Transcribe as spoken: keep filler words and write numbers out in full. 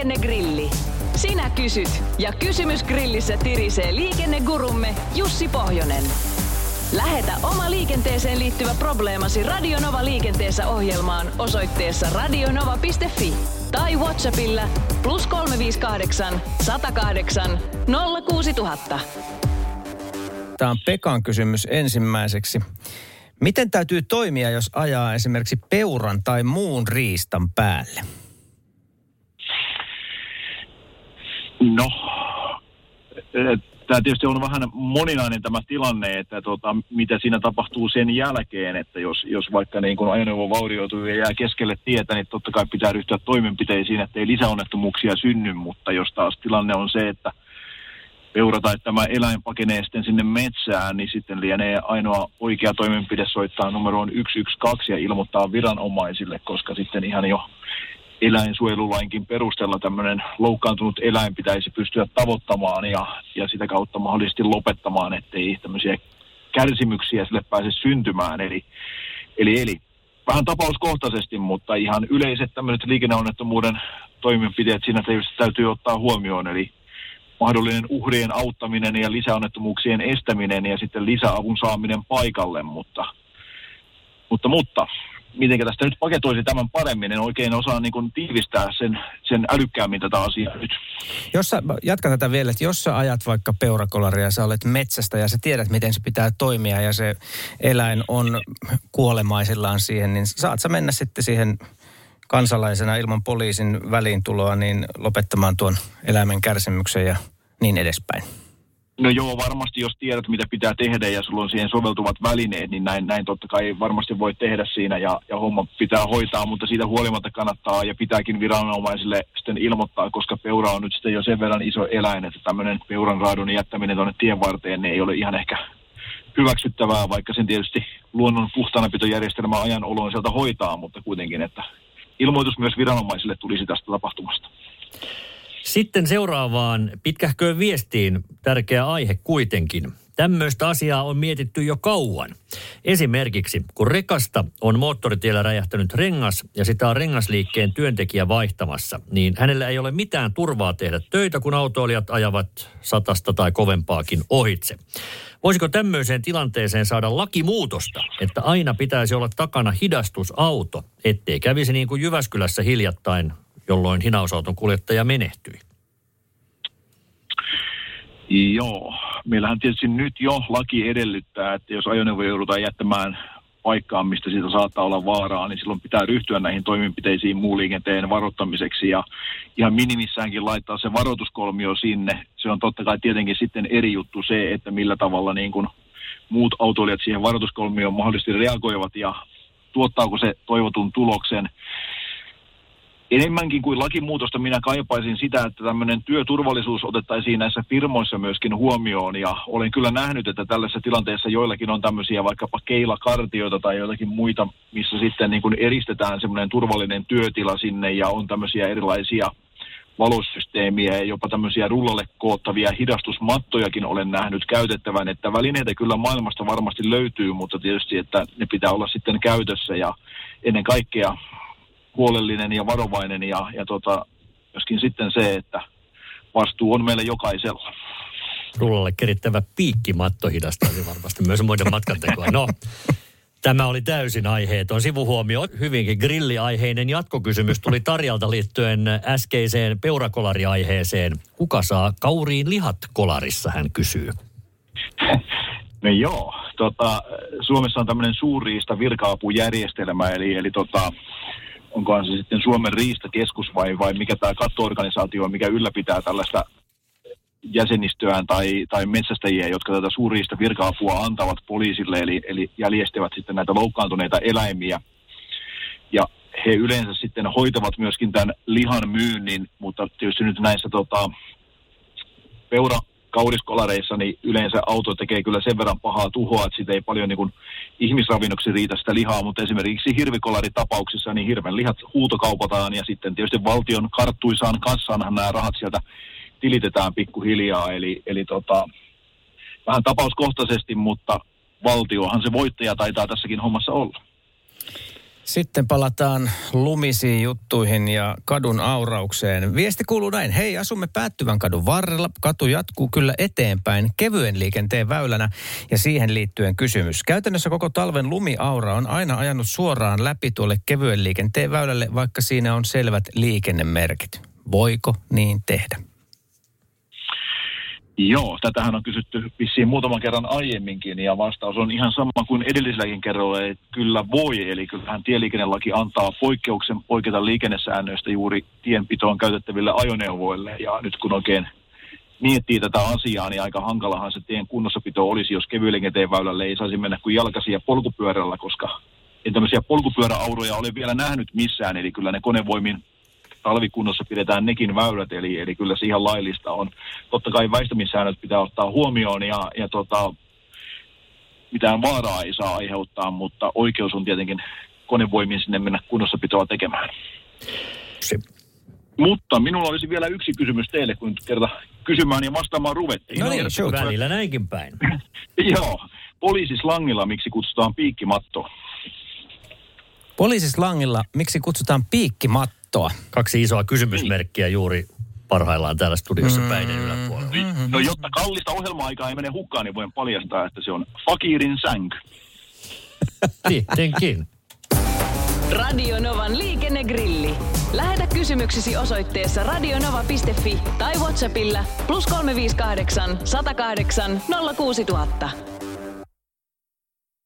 Liikennegrilli. Sinä kysyt ja kysymys grillissä tirisee liikennegurumme Jussi Pohjonen. Lähetä oma liikenteeseen liittyvä probleemasi Radionova liikenteessä ohjelmaan osoitteessa radionova piste fi tai WhatsAppilla plus kolme viisi kahdeksan, sata kahdeksan, nolla kuusi tuhatta. Tämä on Pekan kysymys ensimmäiseksi. Miten täytyy toimia, jos ajaa esimerkiksi peuran tai muun riistan päälle? No, tämä tietysti on vähän moninainen tämä tilanne, että tota, mitä siinä tapahtuu sen jälkeen, että jos, jos vaikka niin kun ajoneuvo vaurioituu ja jää keskelle tietä, niin totta kai pitää ryhtyä toimenpiteisiin, ettei lisäonnettomuuksia synny, mutta jos taas tilanne on se, että peura tai tämä eläin pakenee sitten sinne metsään, niin sitten lienee ainoa oikea toimenpide soittaa numeroon yksi yksi kaksi ja ilmoittaa viranomaisille, koska sitten ihan jo eläinsuojelulainkin perusteella tämmöinen loukkaantunut eläin pitäisi pystyä tavoittamaan ja, ja sitä kautta mahdollisesti lopettamaan, ettei tämmöisiä kärsimyksiä sille pääse syntymään. Eli, eli, eli vähän tapauskohtaisesti, mutta ihan yleiset tämmöiset liikenneonnettomuuden toimenpiteet siinä täytyy ottaa huomioon, eli mahdollinen uhrien auttaminen ja lisäonnettomuuksien estäminen ja sitten lisäavun saaminen paikalle, mutta, mutta, mutta miten tästä nyt paketoisi tämän paremmin, en oikein osaa niin kuin tiivistää sen, sen älykkäämmin tätä asiaa nyt. Jos sä, jatkan tätä vielä, että jos sä ajat vaikka peurakolaria ja sä olet metsästä ja sä tiedät, miten se pitää toimia ja se eläin on kuolemaisillaan siihen, niin saat sä mennä sitten siihen kansalaisena ilman poliisin väliintuloa niin lopettamaan tuon eläimen kärsimyksen ja niin edespäin. No joo, varmasti jos tiedät, mitä pitää tehdä ja sulla on siihen soveltuvat välineet, niin näin, näin totta kai varmasti voi tehdä siinä ja, ja homma pitää hoitaa, mutta siitä huolimatta kannattaa ja pitääkin viranomaisille sitten ilmoittaa, koska peura on nyt sitten jo sen verran iso eläin, että tämmöinen peuran raadun jättäminen tuonne tien varteen niin ei ole ihan ehkä hyväksyttävää, vaikka sen tietysti luonnon puhtaanapitojärjestelmä ajan oloon sieltä hoitaa, mutta kuitenkin, että ilmoitus myös viranomaisille tulisi tästä tapahtumasta. Sitten seuraavaan pitkähköön viestiin tärkeä aihe kuitenkin. Tämmöistä asiaa on mietitty jo kauan. Esimerkiksi, kun rekasta on moottoritiellä räjähtänyt rengas ja sitä on rengasliikkeen työntekijä vaihtamassa, niin hänellä ei ole mitään turvaa tehdä töitä, kun autoilijat ajavat satasta tai kovempaakin ohitse. Voisiko tämmöiseen tilanteeseen saada lakimuutosta, että aina pitäisi olla takana hidastusauto, ettei kävisi niin kuin Jyväskylässä hiljattain, jolloin hinausauton kuljettaja menehtyi? Joo. Meillähän tietysti nyt jo laki edellyttää, että jos ajoneuvo joudutaan jättämään paikkaan, mistä siitä saattaa olla vaaraa, niin silloin pitää ryhtyä näihin toimenpiteisiin muun liikenteen varoittamiseksi ja ihan minimissäänkin laittaa se varoituskolmio sinne. Se on totta kai tietenkin sitten eri juttu se, että millä tavalla niin kuin muut autoilijat siihen varoituskolmioon mahdollisesti reagoivat ja tuottaako se toivotun tuloksen. Enemmänkin kuin lakimuutosta minä kaipaisin sitä, että tämmöinen työturvallisuus otettaisiin näissä firmoissa myöskin huomioon. Ja olen kyllä nähnyt, että tällaisessa tilanteessa joillakin on tämmöisiä vaikkapa keilakartioita tai jotakin muita, missä sitten niin kuin eristetään semmoinen turvallinen työtila sinne ja on tämmöisiä erilaisia valosysteemiä ja jopa tämmöisiä rullalle koottavia hidastusmattojakin olen nähnyt käytettävän. Että välineitä kyllä maailmasta varmasti löytyy, mutta tietysti, että ne pitää olla sitten käytössä ja ennen kaikkea huolellinen ja varovainen ja, ja tota, myöskin sitten se, että vastuu on meillä jokaisella. Rullalle kerittävä piikkimatto hidastaisi varmasti myös muiden matkantekoa. No, tämä oli täysin aiheeton sivuhuomio. Hyvinkin grilliaiheinen jatkokysymys tuli Tarjalta liittyen äskeiseen peurakolariaiheeseen. Kuka saa kauriin lihat kolarissa, hän kysyy. No joo, tota, Suomessa on tämmöinen suurriista virka-apujärjestelmä, eli, eli tota, onkohan se sitten Suomen riistakeskus vai, vai mikä tämä katto-organisaatio, mikä ylläpitää tällaista jäsenistöään tai, tai metsästäjiä, jotka tätä suurriista virka-apua antavat poliisille, eli, eli jäljestävät sitten näitä loukkaantuneita eläimiä. Ja he yleensä sitten hoitavat myöskin tämän lihan myynnin, mutta tietysti nyt näissä tota, peura kauriskolareissa, niin yleensä auto tekee kyllä sen verran pahaa tuhoa, että siitä ei paljon niin kuin ihmisravinnoksi riitä sitä lihaa, mutta esimerkiksi hirvikolaritapauksissa niin hirven lihat huutokaupataan ja sitten tietysti valtion karttuisaan kassaanhan nämä rahat sieltä tilitetään pikkuhiljaa, eli, eli tota, vähän tapauskohtaisesti, mutta valtiohan se voittaja taitaa tässäkin hommassa olla. Sitten palataan lumisiin juttuihin ja kadun auraukseen. Viesti kuuluu näin. Hei, asumme päättyvän kadun varrella. Katu jatkuu kyllä eteenpäin kevyen liikenteen väylänä ja siihen liittyen kysymys. Käytännössä koko talven lumiaura on aina ajanut suoraan läpi tuolle kevyen liikenteen väylälle, vaikka siinä on selvät liikennemerkit. Voiko niin tehdä? Joo, tätähän on kysytty vissiin muutaman kerran aiemminkin ja vastaus on ihan sama kuin edelliselläkin kerralla, että kyllä voi. Eli kyllähän tieliikennelaki antaa poikkeuksen poiketa liikennesäännöistä juuri tienpitoon käytettäville ajoneuvoille. Ja nyt kun oikein miettii tätä asiaa, niin aika hankalahan se tien kunnossapito olisi, jos kevyen liikenteen väylälle ei saisi mennä kuin jalkaisin ja polkupyörällä, koska en tämmöisiä polkupyöräauroja ole vielä nähnyt missään, eli kyllä ne konevoimin talvikunnossa pidetään nekin väylät, eli, eli kyllä se ihan laillista on. Totta kai väistämissäännöt pitää ottaa huomioon ja, ja tota, mitään vaaraa ei saa aiheuttaa, mutta oikeus on tietenkin konevoimin sinne mennä kunnossapitoa tekemään. Se. Mutta minulla olisi vielä yksi kysymys teille, kun kerta kysymään ja vastaamaan ruvettiin. No niin, shoot. Välillä näinkin päin. Joo. Poliisislangilla miksi kutsutaan piikkimattoa? Poliisislangilla miksi kutsutaan piikkimattoa? Kaksi isoa kysymysmerkkiä juuri parhaillaan täällä studiossa mm, päiden yläpuolella. Mm, no jotta kallista ohjelma-aikaa ei mene hukkaan, niin voin paljastaa, että se on fakiirin sänky. Tietenkin. Radio Novan liikennegrilli. Lähetä kysymyksesi osoitteessa radionova piste fi tai WhatsAppilla plus kolme viisi kahdeksan, sata kahdeksan, nolla kuusi tuhatta.